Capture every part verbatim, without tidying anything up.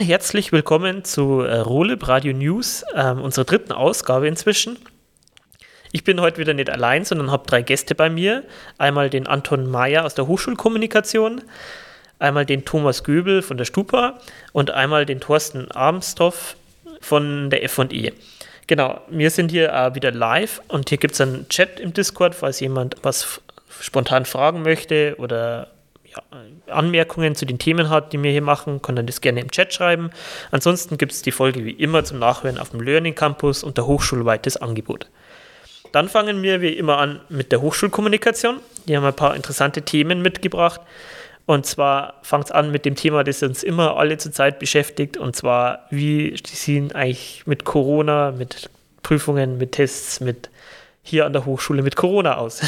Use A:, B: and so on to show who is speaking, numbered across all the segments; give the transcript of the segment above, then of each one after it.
A: Herzlich willkommen zu äh, RoLib Radio News, ähm, unserer dritten Ausgabe inzwischen. Ich bin heute wieder nicht allein, sondern habe drei Gäste bei mir. Einmal den Anton Mayer aus der Hochschulkommunikation, einmal den Thomas Göbel von der Stupa und einmal den Thorsten Abenstorff von der F und E. Genau, wir sind hier äh, wieder live und hier gibt es einen Chat im Discord, falls jemand was f- spontan fragen möchte oder ja, Anmerkungen zu den Themen hat, die wir hier machen, kann er das gerne im Chat schreiben. Ansonsten gibt es die Folge wie immer zum Nachhören auf dem Learning Campus und der hochschulweites Angebot. Dann fangen wir wie immer an mit der Hochschulkommunikation. Die haben ein paar interessante Themen mitgebracht. Und zwar fängt es an mit dem Thema, das uns immer alle zur Zeit beschäftigt. Und zwar, wie sehen eigentlich mit Corona, mit Prüfungen, mit Tests, mit hier an der Hochschule mit Corona aus?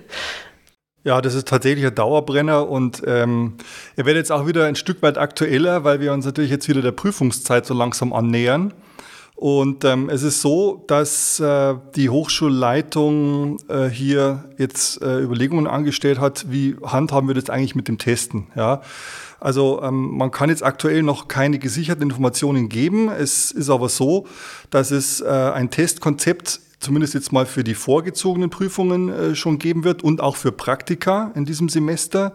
B: Ja, das ist tatsächlich ein Dauerbrenner und ähm, er wird jetzt auch wieder ein Stück weit aktueller, weil wir uns natürlich jetzt wieder der Prüfungszeit so langsam annähern. Und ähm, es ist so, dass äh, die Hochschulleitung äh, hier jetzt äh, Überlegungen angestellt hat, wie handhaben wir das eigentlich mit dem Testen. Ja? Also ähm, man kann jetzt aktuell noch keine gesicherten Informationen geben. Es ist aber so, dass es äh, ein Testkonzept zumindest jetzt mal für die vorgezogenen Prüfungen äh, schon geben wird und auch für Praktika in diesem Semester.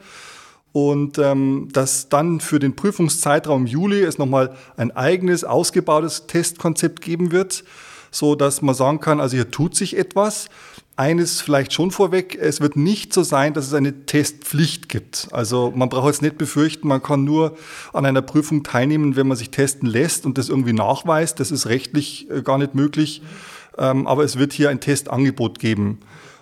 B: Und ähm, dass dann für den Prüfungszeitraum Juli es nochmal ein eigenes, ausgebautes Testkonzept geben wird, so dass man sagen kann, also hier tut sich etwas. Eines vielleicht schon vorweg, es wird nicht so sein, dass es eine Testpflicht gibt. Also man braucht jetzt nicht befürchten, man kann nur an einer Prüfung teilnehmen, wenn man sich testen lässt und das irgendwie nachweist. Das ist rechtlich äh, gar nicht möglich. Ähm, aber es wird hier ein Testangebot geben.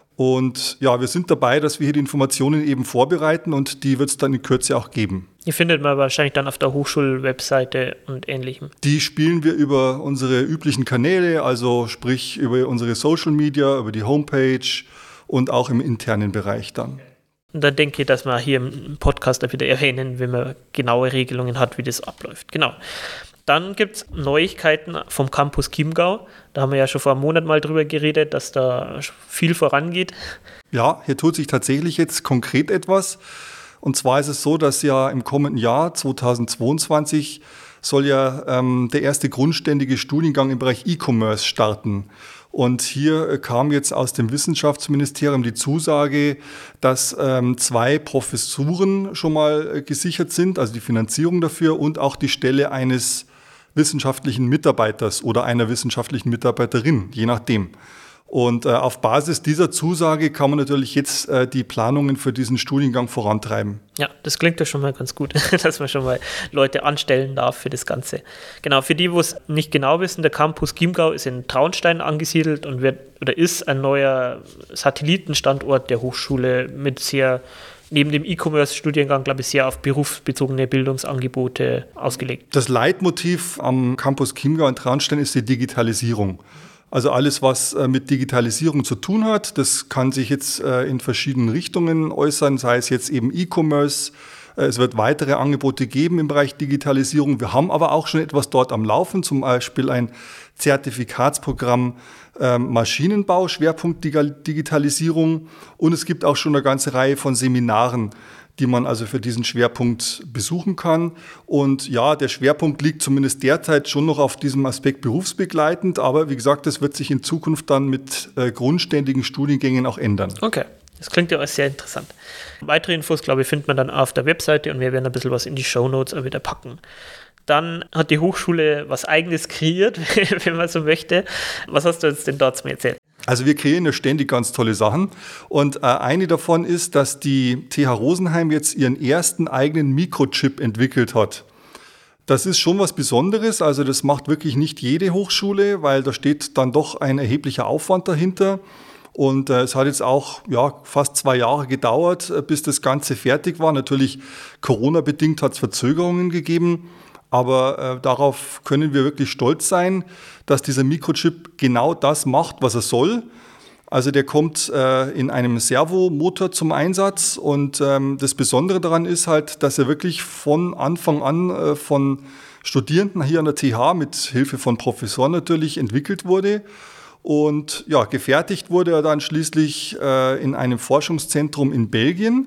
B: Und ja, wir sind dabei, dass wir hier die Informationen eben vorbereiten und die wird es dann in Kürze auch geben.
A: Die findet man wahrscheinlich dann auf der Hochschulwebseite und Ähnlichem.
B: Die spielen wir über unsere üblichen Kanäle, also sprich über unsere Social Media, über die Homepage und auch im internen Bereich dann.
A: Und dann denke ich, dass wir hier im Podcast wieder erwähnen, wenn man genaue Regelungen hat, wie das abläuft. Genau. Dann gibt es Neuigkeiten vom Campus Chiemgau. Da haben wir ja schon vor einem Monat mal drüber geredet, dass da viel vorangeht.
B: Ja, hier tut sich tatsächlich jetzt konkret etwas. Und zwar ist es so, dass ja im kommenden Jahr zweitausendzweiundzwanzig soll ja ähm, der erste grundständige Studiengang im Bereich E-Commerce starten. Und hier kam jetzt aus dem Wissenschaftsministerium die Zusage, dass ähm, zwei Professuren schon mal äh, gesichert sind, also die Finanzierung dafür und auch die Stelle eines wissenschaftlichen Mitarbeiters oder einer wissenschaftlichen Mitarbeiterin, je nachdem. Und äh, auf Basis dieser Zusage kann man natürlich jetzt äh, die Planungen für diesen Studiengang vorantreiben.
A: Ja, das klingt ja schon mal ganz gut, dass man schon mal Leute anstellen darf für das Ganze. Genau, für die, wo es nicht genau wissen, der Campus Chiemgau ist in Traunstein angesiedelt und wird oder ist ein neuer Satellitenstandort der Hochschule mit sehr, neben dem E-Commerce-Studiengang, glaube ich, sehr auf berufsbezogene Bildungsangebote ausgelegt.
B: Das Leitmotiv am Campus Chiemgau in Traunstein ist die Digitalisierung. Also alles, was mit Digitalisierung zu tun hat, das kann sich jetzt in verschiedenen Richtungen äußern, sei es jetzt eben E-Commerce. Es wird weitere Angebote geben im Bereich Digitalisierung. Wir haben aber auch schon etwas dort am Laufen, zum Beispiel ein Zertifikatsprogramm Maschinenbau, Schwerpunkt Digitalisierung. Und es gibt auch schon eine ganze Reihe von Seminaren, die man also für diesen Schwerpunkt besuchen kann. Und ja, der Schwerpunkt liegt zumindest derzeit schon noch auf diesem Aspekt berufsbegleitend, aber wie gesagt, das wird sich in Zukunft dann mit äh, grundständigen Studiengängen auch ändern.
A: Okay, das klingt ja alles sehr interessant. Weitere Infos, glaube ich, findet man dann auf der Webseite und wir werden ein bisschen was in die Shownotes auch wieder packen. Dann hat die Hochschule was Eigenes kreiert, wenn man so möchte. Was hast du jetzt denn dazu mir erzählt?
B: Also wir kreieren ja ständig ganz tolle Sachen und äh, eine davon ist, dass die T H Rosenheim jetzt ihren ersten eigenen Mikrochip entwickelt hat. Das ist schon was Besonderes, also das macht wirklich nicht jede Hochschule, weil da steht dann doch ein erheblicher Aufwand dahinter. Und äh, es hat jetzt auch ja, fast zwei Jahre gedauert, äh, bis das Ganze fertig war. Natürlich Corona-bedingt hat es Verzögerungen gegeben. Aber äh, darauf können wir wirklich stolz sein, dass dieser Mikrochip genau das macht, was er soll. Also der kommt äh, in einem Servomotor zum Einsatz und ähm, das Besondere daran ist halt, dass er wirklich von Anfang an äh, von Studierenden hier an der T H mit Hilfe von Professoren natürlich entwickelt wurde. Und ja, gefertigt wurde er dann schließlich äh, in einem Forschungszentrum in Belgien.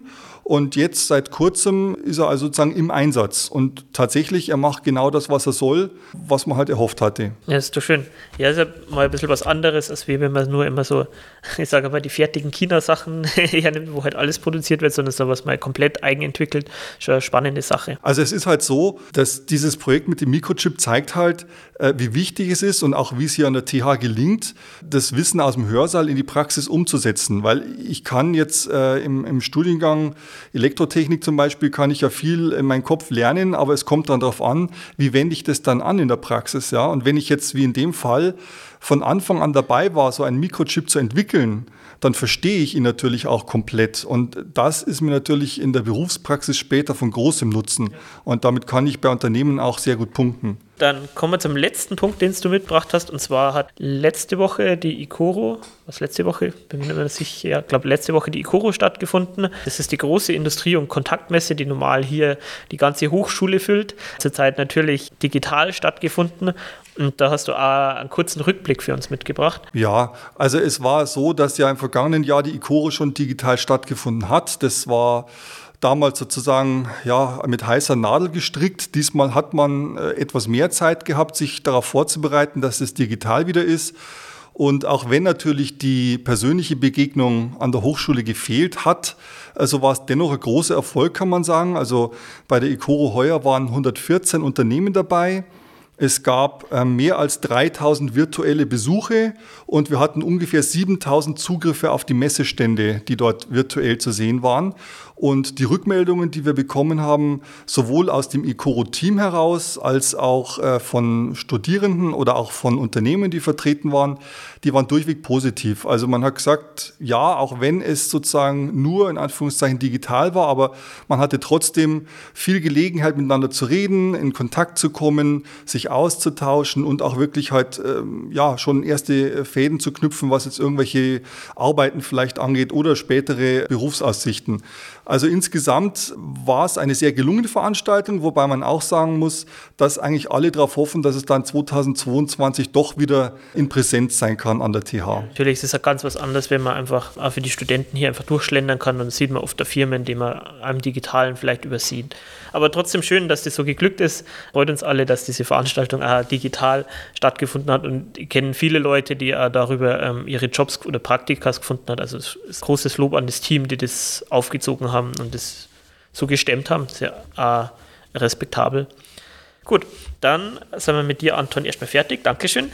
B: Und jetzt seit kurzem ist er also sozusagen im Einsatz. Und tatsächlich, er macht genau das, was er soll, was man halt erhofft hatte.
A: Ja, ist doch schön. Ja, ist ja mal ein bisschen was anderes, als wie wenn man nur immer so, ich sage mal, die fertigen China-Sachen hernimmt, wo halt alles produziert wird, sondern so was mal komplett eigenentwickelt. Schon eine spannende Sache.
B: Also es ist halt so, dass dieses Projekt mit dem Mikrochip zeigt halt, äh, wie wichtig es ist und auch wie es hier an der T H gelingt, das Wissen aus dem Hörsaal in die Praxis umzusetzen. Weil ich kann jetzt äh, im, im Studiengang Elektrotechnik zum Beispiel, kann ich ja viel in meinem Kopf lernen, aber es kommt dann darauf an, wie wende ich das dann an in der Praxis. Ja? Und wenn ich jetzt wie in dem Fall von Anfang an dabei war, so einen Mikrochip zu entwickeln, dann verstehe ich ihn natürlich auch komplett. Und das ist mir natürlich in der Berufspraxis später von großem Nutzen. Und damit kann ich bei Unternehmen auch sehr gut punkten.
A: Dann kommen wir zum letzten Punkt, den du mitgebracht hast. Und zwar hat letzte Woche die ICORO, was letzte Woche, bin mir nicht mehr sicher, ja, ich glaube letzte Woche die ICORO stattgefunden. Das ist die große Industrie- und Kontaktmesse, die normal hier die ganze Hochschule füllt. Zurzeit natürlich digital stattgefunden. Und da hast du auch einen kurzen Rückblick für uns mitgebracht.
B: Ja, also es war so, dass ja im vergangenen Jahr die ICORO schon digital stattgefunden hat. Das war damals sozusagen ja, mit heißer Nadel gestrickt. Diesmal hat man äh, etwas mehr Zeit gehabt, sich darauf vorzubereiten, dass es digital wieder ist. Und auch wenn natürlich die persönliche Begegnung an der Hochschule gefehlt hat, also war es dennoch ein großer Erfolg, kann man sagen. Also bei der ICORO heuer waren hundertvierzehn Unternehmen dabei. Es gab äh, mehr als dreitausend virtuelle Besuche und wir hatten ungefähr siebentausend Zugriffe auf die Messestände, die dort virtuell zu sehen waren. Und die Rückmeldungen, die wir bekommen haben, sowohl aus dem ICORO-Team heraus, als auch äh, von Studierenden oder auch von Unternehmen, die vertreten waren, die waren durchweg positiv. Also man hat gesagt, ja, auch wenn es sozusagen nur in Anführungszeichen digital war, aber man hatte trotzdem viel Gelegenheit, miteinander zu reden, in Kontakt zu kommen, sich auszutauschen und auch wirklich halt ähm, ja, schon erste Fäden zu knüpfen, was jetzt irgendwelche Arbeiten vielleicht angeht oder spätere Berufsaussichten. Also insgesamt war es eine sehr gelungene Veranstaltung, wobei man auch sagen muss, dass eigentlich alle darauf hoffen, dass es dann zweitausendzweiundzwanzig doch wieder in Präsenz sein kann an der T H.
A: Natürlich ist es ja ganz was anderes, wenn man einfach auch für die Studenten hier einfach durchschlendern kann, dann sieht man oft der Firmen, die man am Digitalen vielleicht übersieht. Aber trotzdem schön, dass das so geglückt ist. Freut uns alle, dass diese Veranstaltung auch digital stattgefunden hat und ich kenne viele Leute, die auch darüber ähm, ihre Jobs oder Praktikas gefunden haben. Also es ist großes Lob an das Team, die das aufgezogen haben und das so gestemmt haben. Sehr äh, respektabel. Gut, dann sind wir mit dir, Anton, erstmal fertig. Dankeschön.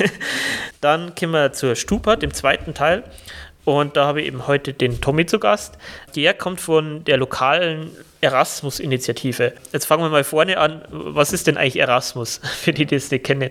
A: Dann kommen wir zur Stupa, dem zweiten Teil. Und da habe ich eben heute den Tommy zu Gast. Der kommt von der lokalen Erasmus-Initiative. Jetzt fangen wir mal vorne an. Was ist denn eigentlich Erasmus, für die, die es nicht kennen?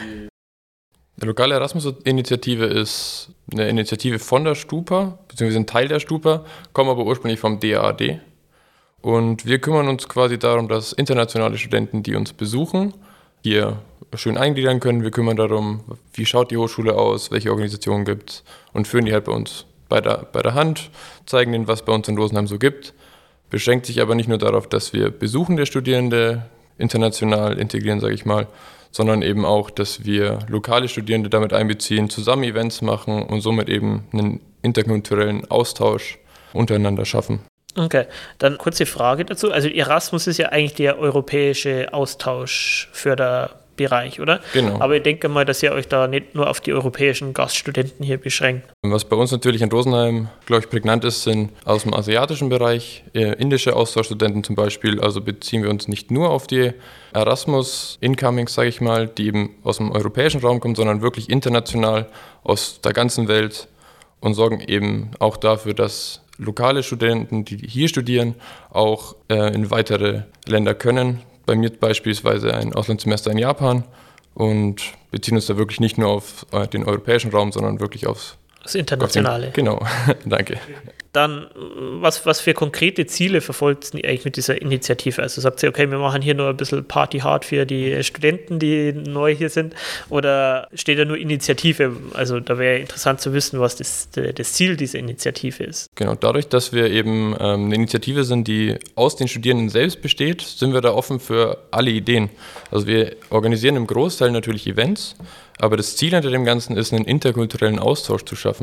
C: Die lokale Erasmus-Initiative ist eine Initiative von der Stupa, beziehungsweise ein Teil der Stupa, kommen aber ursprünglich vom D A A D. Und wir kümmern uns quasi darum, dass internationale Studenten, die uns besuchen, hier schön eingliedern können. Wir kümmern darum, wie schaut die Hochschule aus, welche Organisationen gibt es und führen die halt bei uns bei der, bei der Hand, zeigen ihnen, was bei uns in Rosenheim so gibt. Beschränkt sich aber nicht nur darauf, dass wir besuchende Studierende international integrieren, sage ich mal, sondern eben auch, dass wir lokale Studierende damit einbeziehen, zusammen Events machen und somit eben einen interkulturellen Austausch untereinander schaffen.
A: Okay, dann kurze Frage dazu. Also Erasmus ist ja eigentlich der europäische Austauschförderbereich, oder?
C: Genau.
A: Aber ich denke mal, dass ihr euch da nicht nur auf die europäischen Gaststudenten hier beschränkt.
C: Was bei uns natürlich in Rosenheim, glaube ich, prägnant ist, sind aus dem asiatischen Bereich indische Austauschstudenten zum Beispiel. Also beziehen wir uns nicht nur auf die Erasmus-Incomings, sage ich mal, die eben aus dem europäischen Raum kommen, sondern wirklich international aus der ganzen Welt und sorgen eben auch dafür, dass lokale Studenten, die hier studieren, auch äh, in weitere Länder können. Bei mir beispielsweise ein Auslandssemester in Japan und beziehen uns da wirklich nicht nur auf äh, den europäischen Raum, sondern wirklich aufs
A: Das Internationale.
C: Den, genau, danke.
A: Dann, was, was für konkrete Ziele verfolgt ihr eigentlich mit dieser Initiative? Also sagt ihr, okay, wir machen hier nur ein bisschen Party hard für die Studenten, die neu hier sind, oder steht da nur Initiative? Also da wäre interessant zu wissen, was das, das Ziel dieser Initiative ist.
C: Genau, dadurch, dass wir eben ähm, eine Initiative sind, die aus den Studierenden selbst besteht, sind wir da offen für alle Ideen. Also wir organisieren im Großteil natürlich Events, aber das Ziel hinter dem Ganzen ist, einen interkulturellen Austausch zu schaffen.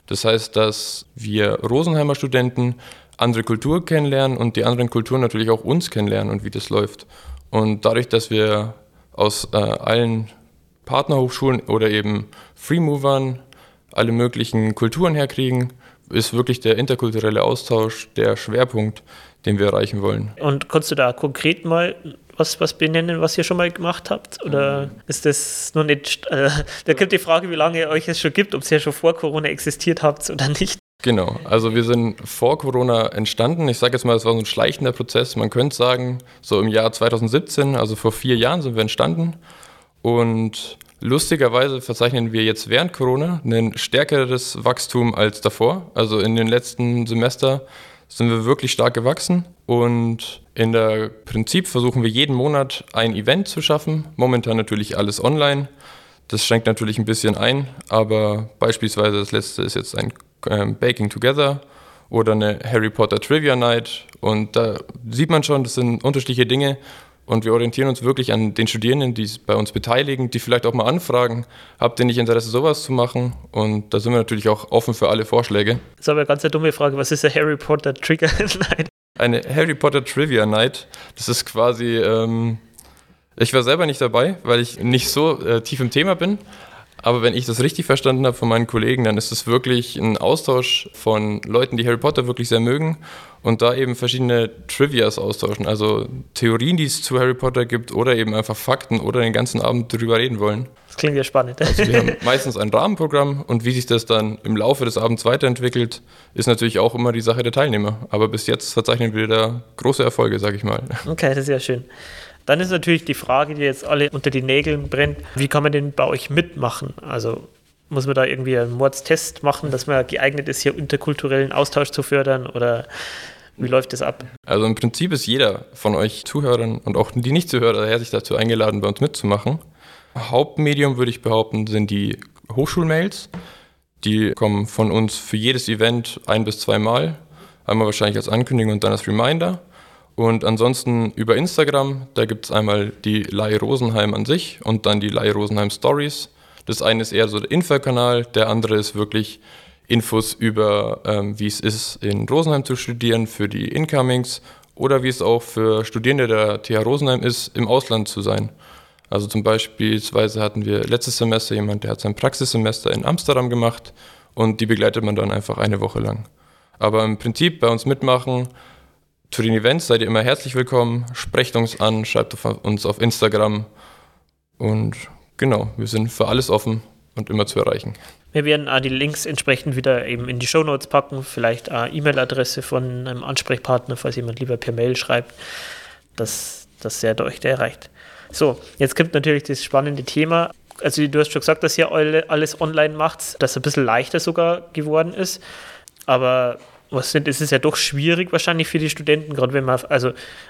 C: Das heißt, dass wir Rosenheimer Studenten andere Kultur kennenlernen und die anderen Kulturen natürlich auch uns kennenlernen und wie das läuft. Und dadurch, dass wir aus äh, allen Partnerhochschulen oder eben Freemovern alle möglichen Kulturen herkriegen, ist wirklich der interkulturelle Austausch der Schwerpunkt, den wir erreichen wollen.
A: Und kannst du da konkret mal was, was benennen, was ihr schon mal gemacht habt? Oder ist das noch nicht, äh, da kommt die Frage, wie lange ihr euch es schon gibt, ob ihr ja schon vor Corona existiert habt oder nicht?
C: Genau, also wir sind vor Corona entstanden. Ich sage jetzt mal, es war so ein schleichender Prozess. Man könnte sagen, so im Jahr zwanzig siebzehn, also vor vier Jahren sind wir entstanden. Und lustigerweise verzeichnen wir jetzt während Corona ein stärkeres Wachstum als davor. Also in den letzten Semester sind wir wirklich stark gewachsen und in der Prinzip versuchen wir jeden Monat ein Event zu schaffen. Momentan natürlich alles online. Das schränkt natürlich ein bisschen ein, aber beispielsweise das letzte ist jetzt ein ähm, Baking Together oder eine Harry Potter Trivia Night und da sieht man schon, das sind unterschiedliche Dinge. Und wir orientieren uns wirklich an den Studierenden, die sich bei uns beteiligen, die vielleicht auch mal anfragen, habt ihr nicht Interesse, sowas zu machen? Und da sind wir natürlich auch offen für alle Vorschläge.
A: Das ist aber eine ganz dumme Frage. Was ist eine Harry Potter Trigger Night?
C: Eine Harry Potter Trivia Night, das ist quasi, ähm, ich war selber nicht dabei, weil ich nicht so äh, tief im Thema bin. Aber wenn ich das richtig verstanden habe von meinen Kollegen, dann ist es wirklich ein Austausch von Leuten, die Harry Potter wirklich sehr mögen und da eben verschiedene Trivias austauschen, also Theorien, die es zu Harry Potter gibt oder eben einfach Fakten oder den ganzen Abend darüber reden wollen.
A: Das klingt ja spannend.
C: Also wir haben meistens ein Rahmenprogramm und wie sich das dann im Laufe des Abends weiterentwickelt, ist natürlich auch immer die Sache der Teilnehmer. Aber bis jetzt verzeichnen wir da große Erfolge, sage ich mal.
A: Okay, das ist ja schön. Dann ist natürlich die Frage, die jetzt alle unter die Nägeln brennt, wie kann man denn bei euch mitmachen? Also muss man da irgendwie einen Mordstest machen, dass man geeignet ist, hier interkulturellen Austausch zu fördern oder wie läuft das ab?
C: Also im Prinzip ist jeder von euch Zuhörern und auch die Nicht-Zuhörer herzlich dazu eingeladen, bei uns mitzumachen. Hauptmedium, würde ich behaupten, sind die Hochschulmails. Die kommen von uns für jedes Event ein- bis zweimal. Einmal wahrscheinlich als Ankündigung und dann als Reminder. Und ansonsten über Instagram, da gibt es einmal die Lai Rosenheim an sich und dann die Lai Rosenheim Stories. Das eine ist eher so der Infokanal, der andere ist wirklich Infos über, ähm, wie es ist, in Rosenheim zu studieren für die Incomings oder wie es auch für Studierende der T H Rosenheim ist, im Ausland zu sein. Also zum Beispiel hatten wir letztes Semester jemand, der hat sein Praxissemester in Amsterdam gemacht und die begleitet man dann einfach eine Woche lang. Aber im Prinzip bei uns mitmachen. Zu den Events seid ihr immer herzlich willkommen, sprecht uns an, schreibt uns auf Instagram und genau, wir sind für alles offen und immer zu erreichen.
A: Wir werden auch die Links entsprechend wieder eben in die Shownotes packen, vielleicht eine E-Mail-Adresse von einem Ansprechpartner, falls jemand lieber per Mail schreibt, dass, dass er euch da erreicht. So, jetzt kommt natürlich das spannende Thema. Also du hast schon gesagt, dass ihr alles online macht, dass es ein bisschen leichter sogar geworden ist, aber was sind, es ist ja doch schwierig wahrscheinlich für die Studenten, gerade wenn man, also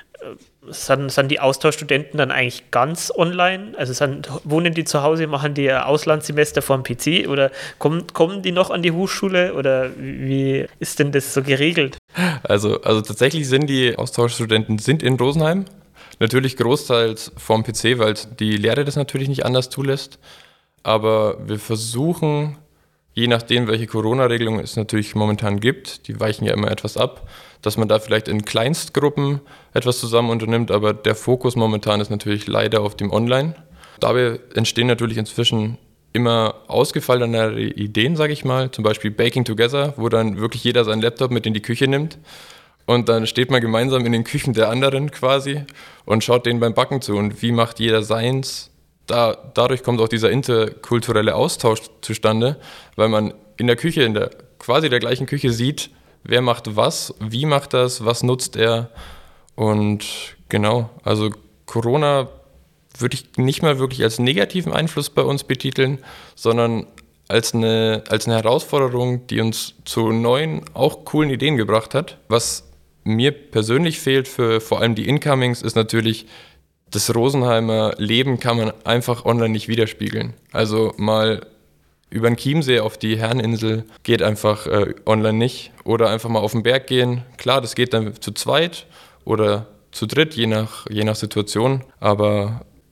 A: sind, sind die Austauschstudenten dann eigentlich ganz online? Also sind, wohnen die zu Hause, machen die ein Auslandssemester vor dem P C oder kommen, kommen die noch an die Hochschule oder wie ist denn das so geregelt?
C: Also, also tatsächlich sind die Austauschstudenten sind in Rosenheim, natürlich großteils vorm P C, weil die Lehre das natürlich nicht anders zulässt, aber wir versuchen, je nachdem, welche Corona-Regelung es natürlich momentan gibt, die weichen ja immer etwas ab, dass man da vielleicht in Kleinstgruppen etwas zusammen unternimmt, aber der Fokus momentan ist natürlich leider auf dem Online. Dabei entstehen natürlich inzwischen immer ausgefallenere Ideen, sage ich mal, zum Beispiel Baking Together, wo dann wirklich jeder seinen Laptop mit in die Küche nimmt und dann steht man gemeinsam in den Küchen der anderen quasi und schaut denen beim Backen zu und wie macht jeder seins. Da, dadurch kommt auch dieser interkulturelle Austausch zustande, weil man in der Küche, in der quasi der gleichen Küche sieht, wer macht was, wie macht das, was nutzt er. Und genau, also Corona würde ich nicht mal wirklich als negativen Einfluss bei uns betiteln, sondern als eine, als eine Herausforderung, die uns zu neuen, auch coolen Ideen gebracht hat. Was mir persönlich fehlt für vor allem die Incomings ist natürlich, das Rosenheimer Leben kann man einfach online nicht widerspiegeln. Also mal über den Chiemsee auf die Herreninsel geht einfach äh, online nicht. Oder einfach mal auf den Berg gehen. Klar, das geht dann zu zweit oder zu dritt, je nach, je nach Situation. Aber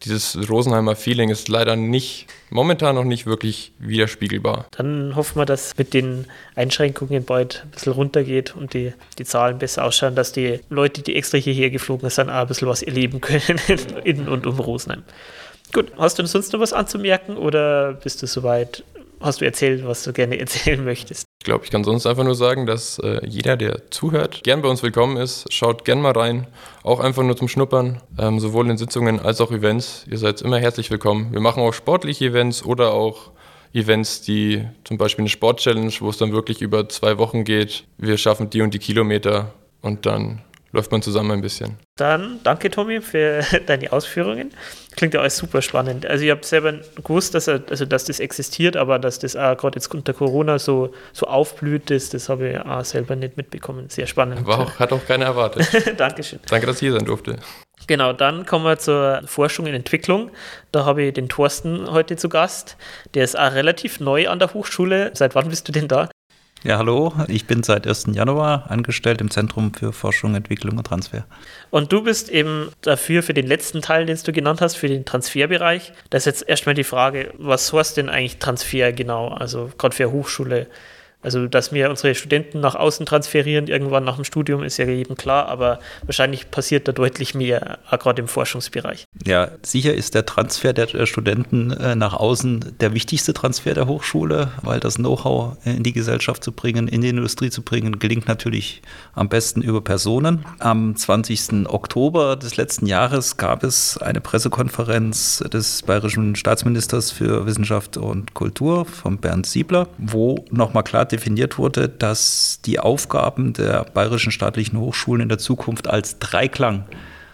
C: dieses Rosenheimer Feeling ist leider nicht, momentan noch nicht wirklich widerspiegelbar.
A: Dann hoffen wir, dass mit den Einschränkungen bald ein bisschen runtergeht und die, die Zahlen besser ausschauen, dass die Leute, die extra hierher geflogen sind, auch ein bisschen was erleben können in und um Rosenheim. Gut, hast du sonst noch was anzumerken oder bist du soweit, hast du erzählt, was du gerne erzählen möchtest?
C: Ich glaube, ich kann sonst einfach nur sagen, dass äh, jeder, der zuhört, gern bei uns willkommen ist. Schaut gern mal rein, auch einfach nur zum Schnuppern, ähm, sowohl in Sitzungen als auch Events. Ihr seid immer herzlich willkommen. Wir machen auch sportliche Events oder auch Events, die zum Beispiel eine Sport-Challenge, wo es dann wirklich über zwei Wochen geht. Wir schaffen die und die Kilometer und dann läuft man zusammen ein bisschen.
A: Dann danke, Tommy, für deine Ausführungen. Klingt ja alles super spannend. Also ich habe selber gewusst, dass, er, also dass das existiert, aber dass das auch gerade jetzt unter Corona so, so aufblüht ist, das habe ich auch selber nicht mitbekommen. Sehr spannend.
C: War auch, hat auch keiner erwartet.
A: Dankeschön.
C: Danke, dass ich hier sein durfte.
A: Genau, dann kommen wir zur Forschung und Entwicklung. Da habe ich den Thorsten heute zu Gast. Der ist auch relativ neu an der Hochschule. Seit wann bist du denn da?
D: Ja, hallo, ich bin seit ersten Januar angestellt im Zentrum für Forschung, Entwicklung und Transfer.
A: Und du bist eben dafür, für den letzten Teil, den du genannt hast, für den Transferbereich. Da ist jetzt erstmal die Frage, was heißt denn eigentlich Transfer genau, also gerade für eine Hochschule? Also, dass wir unsere Studenten nach außen transferieren, irgendwann nach dem Studium, ist ja jedem klar, aber wahrscheinlich passiert da deutlich mehr, auch gerade im Forschungsbereich.
D: Ja, sicher ist der Transfer der Studenten nach außen der wichtigste Transfer der Hochschule, weil das Know-how in die Gesellschaft zu bringen, in die Industrie zu bringen, gelingt natürlich am besten über Personen. Am zwanzigsten Oktober des letzten Jahres gab es eine Pressekonferenz des bayerischen Staatsministers für Wissenschaft und Kultur, von Bernd Siebler, wo nochmal klar definiert wurde, dass die Aufgaben der bayerischen staatlichen Hochschulen in der Zukunft als Dreiklang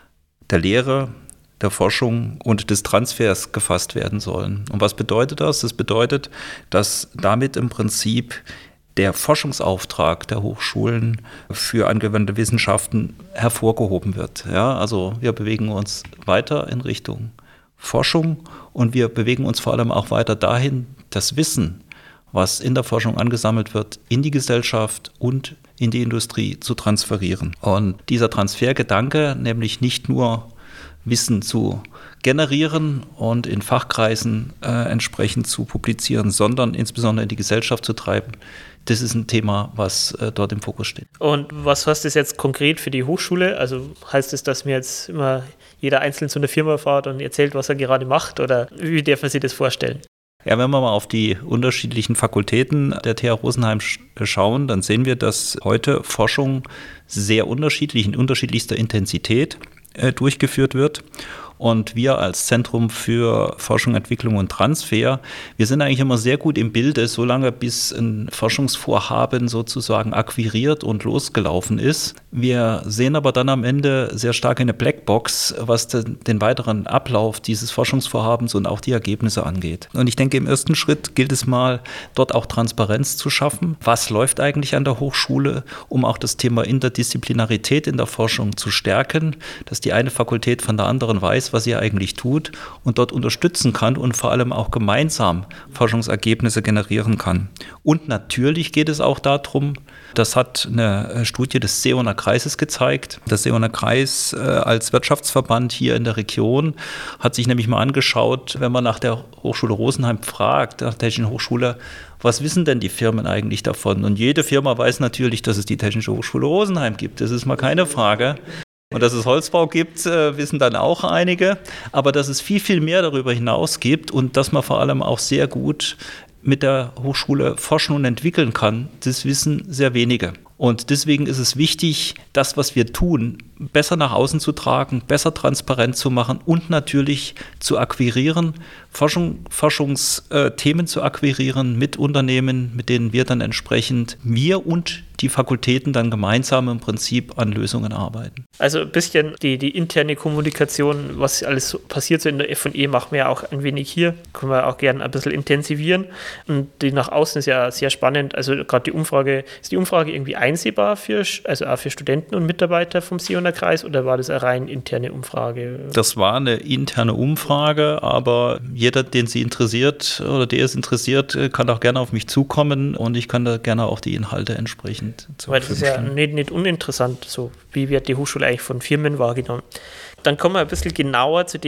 D: der Lehre, der Forschung und des Transfers gefasst werden sollen. Und was bedeutet das? Das bedeutet, dass damit im Prinzip der Forschungsauftrag der Hochschulen für angewandte Wissenschaften hervorgehoben wird. Ja, also wir bewegen uns weiter in Richtung Forschung und wir bewegen uns vor allem auch weiter dahin, das Wissen, was in der Forschung angesammelt wird, in die Gesellschaft und in die Industrie zu transferieren. Und dieser Transfergedanke, nämlich nicht nur Wissen zu generieren und in Fachkreisen äh, entsprechend zu publizieren, sondern insbesondere in die Gesellschaft zu treiben, das ist ein Thema, was äh, dort im Fokus steht.
A: Und was heißt das jetzt konkret für die Hochschule? Also heißt es, dass mir jetzt immer jeder einzeln zu einer Firma fährt und erzählt, was er gerade macht? Oder wie darf man sich das vorstellen?
D: Ja, wenn wir mal auf die unterschiedlichen Fakultäten der T H Rosenheim schauen, dann sehen wir, dass heute Forschung sehr unterschiedlich, in unterschiedlichster Intensität äh, durchgeführt wird. Und wir als Zentrum für Forschung, Entwicklung und Transfer, wir sind eigentlich immer sehr gut im Bilde, solange bis ein Forschungsvorhaben sozusagen akquiriert und losgelaufen ist. Wir sehen aber dann am Ende sehr stark eine Blackbox, was den, den weiteren Ablauf dieses Forschungsvorhabens und auch die Ergebnisse angeht. Und ich denke, im ersten Schritt gilt es mal, dort auch Transparenz zu schaffen. Was läuft eigentlich an der Hochschule, um auch das Thema Interdisziplinarität in der Forschung zu stärken, dass die eine Fakultät von der anderen weiß, was sie eigentlich tut und dort unterstützen kann und vor allem auch gemeinsam Forschungsergebnisse generieren kann. Und natürlich geht es auch darum, das hat eine Studie des Seehofer Kreises gezeigt. Der Seehofer Kreis äh, als Wirtschaftsverband hier in der Region hat sich nämlich mal angeschaut, wenn man nach der Hochschule Rosenheim fragt, nach der Technischen Hochschule, was wissen denn die Firmen eigentlich davon? Und jede Firma weiß natürlich, dass es die Technische Hochschule Rosenheim gibt. Das ist mal keine Frage. Und dass es Holzbau gibt, äh, wissen dann auch einige. Aber dass es viel, viel mehr darüber hinaus gibt und dass man vor allem auch sehr gut mit der Hochschule forschen und entwickeln kann, das wissen sehr wenige. Und deswegen ist es wichtig, das, was wir tun, besser nach außen zu tragen, besser transparent zu machen und natürlich zu akquirieren, Forschung, Forschungsthemen zu akquirieren mit Unternehmen, mit denen wir dann entsprechend, wir und die Fakultäten dann gemeinsam im Prinzip an Lösungen arbeiten.
A: Also ein bisschen die, die interne Kommunikation, was alles so passiert so in der F und E, machen wir auch ein wenig hier. Können wir auch gerne ein bisschen intensivieren. Und die nach außen ist ja sehr spannend. Also gerade die Umfrage, ist die Umfrage irgendwie einsehbar für, also auch für Studenten und Mitarbeiter vom Seehofer Kreis oder war das eine rein interne Umfrage?
D: Das war eine interne Umfrage, aber jeder, den sie interessiert oder der es interessiert, kann auch gerne auf mich zukommen und ich kann da gerne auch die Inhalte entsprechend zur
A: Weil das ist ja nicht, nicht uninteressant, so wie wird die Hochschule eigentlich von Firmen wahrgenommen. Dann kommen wir ein bisschen genauer zu dem,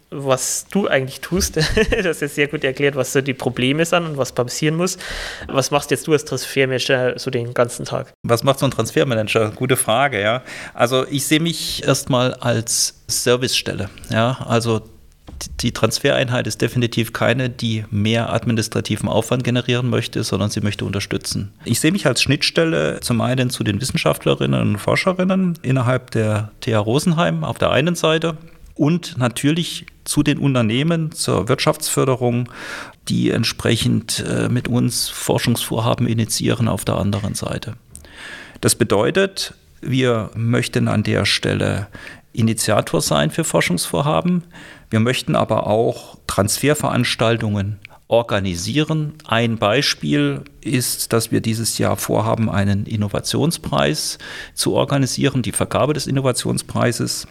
A: was du eigentlich tust. Du hast jetzt sehr gut erklärt, was so die Probleme sind und was passieren muss. Was machst jetzt du als Transfermanager so den ganzen Tag?
D: Was macht so ein Transfermanager? Gute Frage, ja. Also ich sehe mich erstmal als Servicestelle, ja. Also die Transfereinheit ist definitiv keine, die mehr administrativen Aufwand generieren möchte, sondern sie möchte unterstützen. Ich sehe mich als Schnittstelle zum einen zu den Wissenschaftlerinnen und Forscherinnen innerhalb der T H Rosenheim auf der einen Seite und natürlich zu den Unternehmen, zur Wirtschaftsförderung, die entsprechend äh, mit uns Forschungsvorhaben initiieren auf der anderen Seite. Das bedeutet, wir möchten an der Stelle Initiator sein für Forschungsvorhaben. Wir möchten aber auch Transferveranstaltungen organisieren. Ein Beispiel ist, dass wir dieses Jahr vorhaben, einen Innovationspreis zu organisieren, die Vergabe des Innovationspreises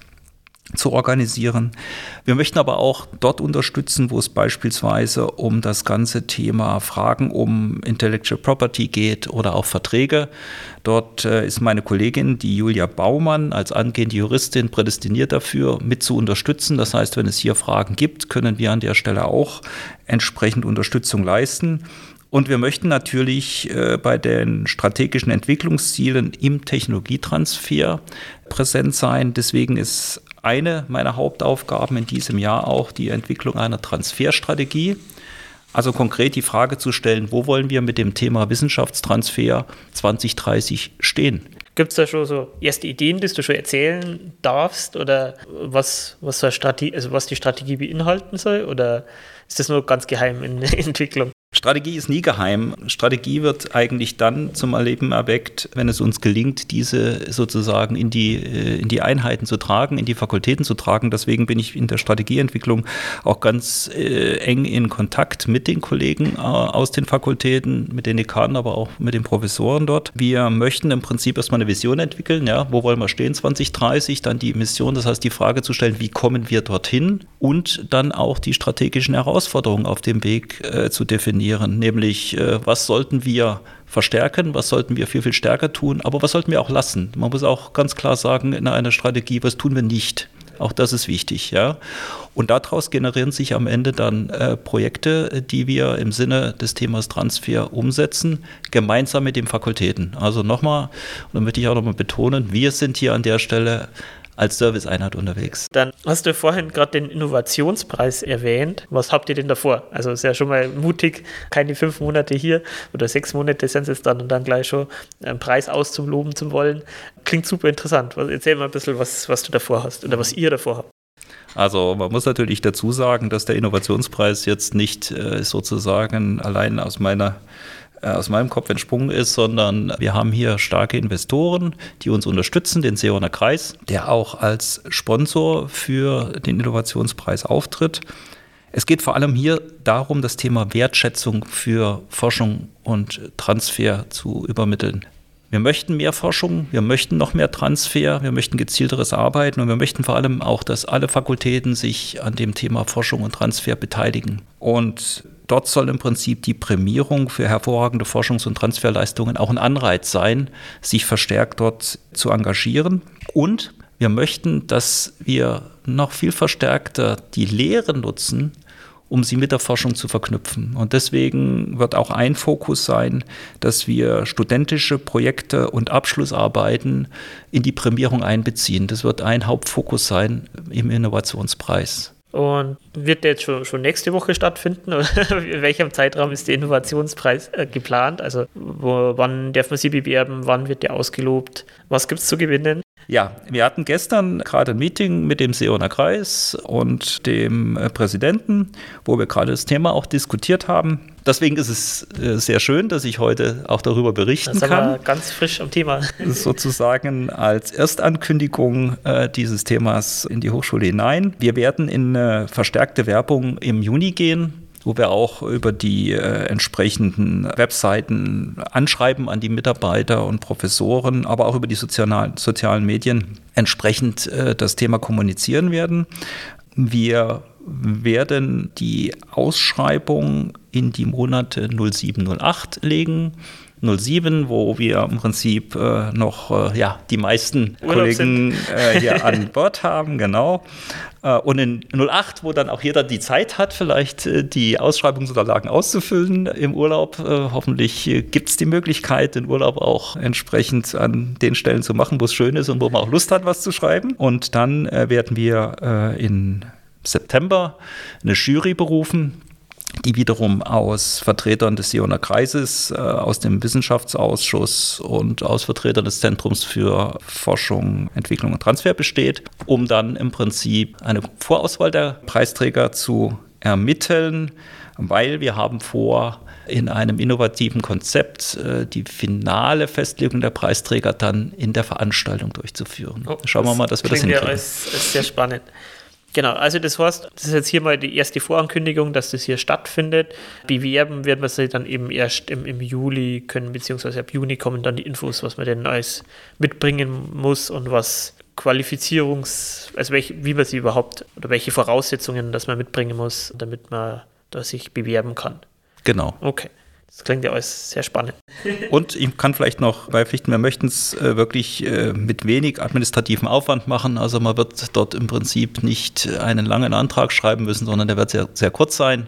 D: zu organisieren. Wir möchten aber auch dort unterstützen, wo es beispielsweise um das ganze Thema Fragen um Intellectual Property geht oder auch Verträge. Dort äh, ist meine Kollegin, die Julia Baumann, als angehende Juristin prädestiniert dafür, mit zu unterstützen. Das heißt, wenn es hier Fragen gibt, können wir an der Stelle auch entsprechend Unterstützung leisten. Und wir möchten natürlich äh, bei den strategischen Entwicklungszielen im Technologietransfer präsent sein. Deswegen ist eine meiner Hauptaufgaben in diesem Jahr auch die Entwicklung einer Transferstrategie. Also konkret die Frage zu stellen, wo wollen wir mit dem Thema Wissenschaftstransfer zwanzig dreißig stehen?
A: Gibt es da schon so erste Ideen, die du schon erzählen darfst oder was, was, so eine Strategie, also was die Strategie beinhalten soll oder ist das nur ganz geheim in der Entwicklung?
D: Strategie ist nie geheim. Strategie wird eigentlich dann zum Erleben erweckt, wenn es uns gelingt, diese sozusagen in die, in die Einheiten zu tragen, in die Fakultäten zu tragen. Deswegen bin ich in der Strategieentwicklung auch ganz äh, eng in Kontakt mit den Kollegen äh, aus den Fakultäten, mit den Dekanen, aber auch mit den Professoren dort. Wir möchten im Prinzip erstmal eine Vision entwickeln. Ja, wo wollen wir stehen zwanzig dreißig? Dann die Mission, das heißt die Frage zu stellen, wie kommen wir dorthin? Und dann auch die strategischen Herausforderungen auf dem Weg äh, zu definieren. Nämlich, äh, was sollten wir verstärken, was sollten wir viel, viel stärker tun, aber was sollten wir auch lassen? Man muss auch ganz klar sagen, in einer Strategie, was tun wir nicht? Auch das ist wichtig, ja. Und daraus generieren sich am Ende dann äh, Projekte, die wir im Sinne des Themas Transfer umsetzen, gemeinsam mit den Fakultäten. Also nochmal, und da möchte ich auch nochmal betonen, wir sind hier an der Stelle als Serviceeinheit unterwegs.
A: Dann hast du vorhin gerade den Innovationspreis erwähnt. Was habt ihr denn davor? Also ist ja schon mal mutig, keine fünf Monate hier oder sechs Monate sind es jetzt dann und dann gleich schon einen Preis auszuloben zu wollen. Klingt super interessant. Erzähl mal ein bisschen, was, was du davor hast oder was ihr davor habt.
D: Also man muss natürlich dazu sagen, dass der Innovationspreis jetzt nicht äh, sozusagen allein aus meiner aus meinem Kopf entsprungen ist, sondern wir haben hier starke Investoren, die uns unterstützen, den Seehofer Kreis, der auch als Sponsor für den Innovationspreis auftritt. Es geht vor allem hier darum, das Thema Wertschätzung für Forschung und Transfer zu übermitteln. Wir möchten mehr Forschung, wir möchten noch mehr Transfer, wir möchten gezielteres Arbeiten und wir möchten vor allem auch, dass alle Fakultäten sich an dem Thema Forschung und Transfer beteiligen. Und dort soll im Prinzip die Prämierung für hervorragende Forschungs- und Transferleistungen auch ein Anreiz sein, sich verstärkt dort zu engagieren. Und wir möchten, dass wir noch viel verstärkter die Lehre nutzen, um sie mit der Forschung zu verknüpfen. Und deswegen wird auch ein Fokus sein, dass wir studentische Projekte und Abschlussarbeiten in die Prämierung einbeziehen. Das wird ein Hauptfokus sein im Innovationspreis.
A: Und wird der jetzt schon, schon nächste Woche stattfinden? Oder in welchem Zeitraum ist der Innovationspreis äh, geplant? Also wo, wann darf man sie bewerben? Wann wird der ausgelobt? Was gibt es zu gewinnen?
D: Ja, wir hatten gestern gerade ein Meeting mit dem Seehofer Kreis und dem äh, Präsidenten, wo wir gerade das Thema auch diskutiert haben. Deswegen ist es äh, sehr schön, dass ich heute auch darüber berichten
A: das ist
D: kann.
A: Aber ganz frisch am Thema.
D: Sozusagen als Erstankündigung äh, dieses Themas in die Hochschule hinein. Wir werden in äh, verstärkte Werbung im Juni gehen, wo wir auch über die äh, entsprechenden Webseiten anschreiben an die Mitarbeiter und Professoren, aber auch über die sozialen, sozialen Medien entsprechend äh, das Thema kommunizieren werden. Wir werden die Ausschreibung in die Monate null sieben null acht legen. null sieben, wo wir im Prinzip äh, noch äh, ja, die meisten
A: Urlaub
D: Kollegen äh, hier an Bord haben, genau. Äh, und in null acht, wo dann auch jeder die Zeit hat, vielleicht äh, die Ausschreibungsunterlagen auszufüllen im Urlaub. Äh, hoffentlich äh, gibt es die Möglichkeit, den Urlaub auch entsprechend an den Stellen zu machen, wo es schön ist und wo man auch Lust hat, was zu schreiben. Und dann äh, werden wir äh, in September eine Jury berufen, die wiederum aus Vertretern des Sioner Kreises, äh, aus dem Wissenschaftsausschuss und aus Vertretern des Zentrums für Forschung, Entwicklung und Transfer besteht, um dann im Prinzip eine Vorauswahl der Preisträger zu ermitteln, weil wir haben vor, in einem innovativen Konzept äh, die finale Festlegung der Preisträger dann in der Veranstaltung durchzuführen.
A: Oh,
D: Schauen wir mal, dass wir das hinkriegen.
A: Ja, ist, ist sehr spannend. Genau, also das heißt, das ist jetzt hier mal die erste Vorankündigung, dass das hier stattfindet. Bewerben werden wir sie dann eben erst im, im Juli können, beziehungsweise ab Juni kommen dann die Infos, was man denn alles mitbringen muss und was Qualifizierungs-, also welche, wie man sie überhaupt, oder welche Voraussetzungen, dass man mitbringen muss, damit man da sich bewerben kann.
D: Genau.
A: Okay. Das klingt ja alles sehr spannend.
D: Und ich kann vielleicht noch beipflichten, wir möchten es äh, wirklich äh, mit wenig administrativem Aufwand machen. Also man wird dort im Prinzip nicht einen langen Antrag schreiben müssen, sondern der wird sehr, sehr kurz sein.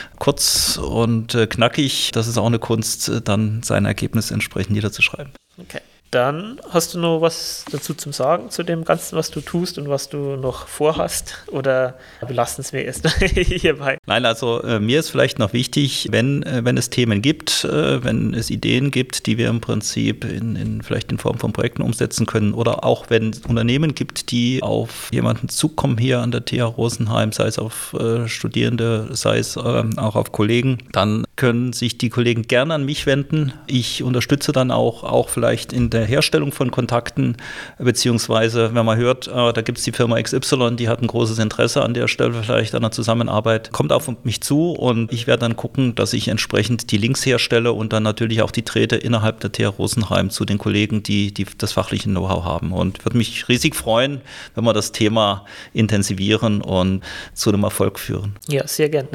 D: Kurz und äh, knackig. Das ist auch eine Kunst, äh, dann sein Ergebnis entsprechend niederzuschreiben.
A: Okay. Dann hast du noch was dazu zum Sagen, zu dem Ganzen, was du tust und was du noch vorhast? Oder belassen es mir erst hierbei?
D: Nein, also äh, mir ist vielleicht noch wichtig, wenn, äh, wenn es Themen gibt, äh, wenn es Ideen gibt, die wir im Prinzip in, in vielleicht in Form von Projekten umsetzen können oder auch wenn es Unternehmen gibt, die auf jemanden zukommen hier an der T H Rosenheim, sei es auf äh, Studierende, sei es äh, auch auf Kollegen, dann können sich die Kollegen gerne an mich wenden. Ich unterstütze dann auch, auch vielleicht in der Herstellung von Kontakten, beziehungsweise wenn man hört, äh, da gibt es die Firma X Y, die hat ein großes Interesse an der Stelle vielleicht an der Zusammenarbeit, kommt auf mich zu und ich werde dann gucken, dass ich entsprechend die Links herstelle und dann natürlich auch die Drähte innerhalb der T H Rosenheim zu den Kollegen, die, die das fachliche Know-how haben, und würde mich riesig freuen, wenn wir das Thema intensivieren und zu einem Erfolg führen.
A: Ja, sehr gern.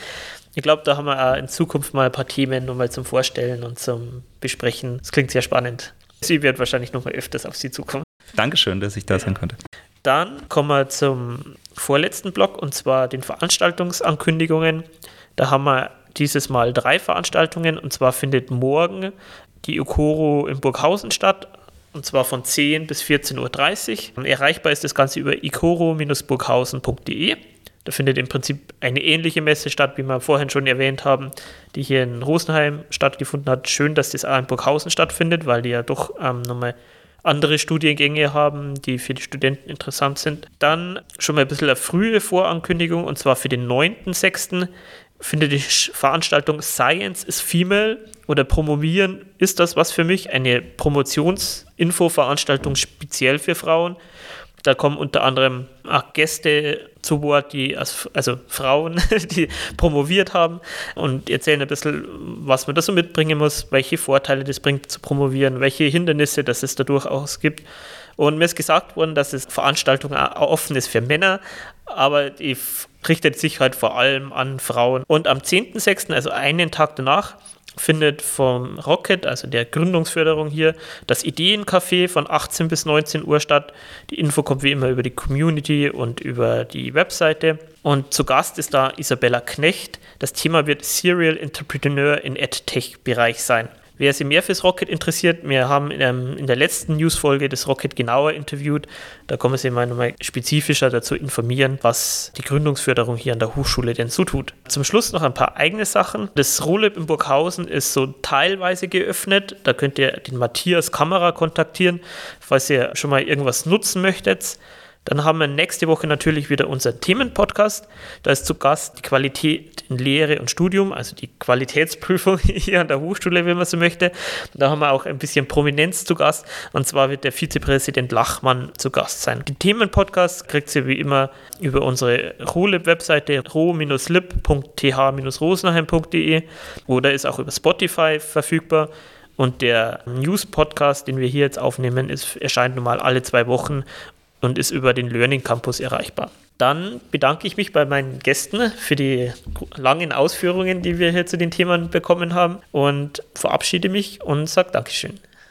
A: Ich glaube, da haben wir auch in Zukunft mal ein paar Themen nochmal zum Vorstellen und zum Besprechen. Das klingt sehr spannend. Sie wird wahrscheinlich noch mal öfters auf Sie zukommen.
D: Dankeschön, dass ich da sein konnte.
A: Dann kommen wir zum vorletzten Block, und zwar den Veranstaltungsankündigungen. Da haben wir dieses Mal drei Veranstaltungen, und zwar findet morgen die Ecoro in Burghausen statt, und zwar von zehn bis vierzehn Uhr dreißig. Erreichbar ist das Ganze über ecoro Bindestrich burghausen Punkt de. Da findet im Prinzip eine ähnliche Messe statt, wie wir vorhin schon erwähnt haben, die hier in Rosenheim stattgefunden hat. Schön, dass das auch in Burghausen stattfindet, weil die ja doch ähm, nochmal andere Studiengänge haben, die für die Studenten interessant sind. Dann schon mal ein bisschen eine frühe Vorankündigung, und zwar für den neunten sechsten findet die Veranstaltung Science is Female oder Promovieren ist das was für mich, eine Promotionsinfo-Veranstaltung speziell für Frauen. Da kommen unter anderem auch Gäste zu Wort, die als, also Frauen, die promoviert haben und erzählen ein bisschen, was man da so mitbringen muss, welche Vorteile das bringt zu promovieren, welche Hindernisse das es da durchaus gibt. Und mir ist gesagt worden, dass es Veranstaltung auch offen ist für Männer, aber die richtet sich halt vor allem an Frauen. Und am zehnten sechsten, also einen Tag danach, findet vom Rocket, also der Gründungsförderung hier, das Ideencafé von achtzehn bis neunzehn Uhr statt. Die Info kommt wie immer über die Community und über die Webseite. Und zu Gast ist da Isabella Knecht. Das Thema wird Serial Entrepreneur in EdTech-Bereich sein. Wer sich mehr fürs Rocket interessiert, wir haben in, ähm, in der letzten Newsfolge das Rocket genauer interviewt. Da kann man sich mal nochmal spezifischer dazu informieren, was die Gründungsförderung hier an der Hochschule denn so tut. Zum Schluss noch ein paar eigene Sachen. Das RoLab in Burghausen ist so teilweise geöffnet. Da könnt ihr den Matthias Kammerer kontaktieren, falls ihr schon mal irgendwas nutzen möchtet. Dann haben wir nächste Woche natürlich wieder unseren Themenpodcast. Da ist zu Gast die Qualität in Lehre und Studium, also die Qualitätsprüfung hier an der Hochschule, wenn man so möchte. Da haben wir auch ein bisschen Prominenz zu Gast, und zwar wird der Vizepräsident Lachmann zu Gast sein. Den Themenpodcast kriegt ihr wie immer über unsere RoLab-Webseite ro Bindestrich lib Punkt t h Bindestrich rosenheim Punkt de oder ist auch über Spotify verfügbar. Und der News-Podcast, den wir hier jetzt aufnehmen, ist, erscheint nun mal alle zwei Wochen und ist über den Learning Campus erreichbar. Dann bedanke ich mich bei meinen Gästen für die langen Ausführungen, die wir hier zu den Themen bekommen haben und verabschiede mich und sage Dankeschön.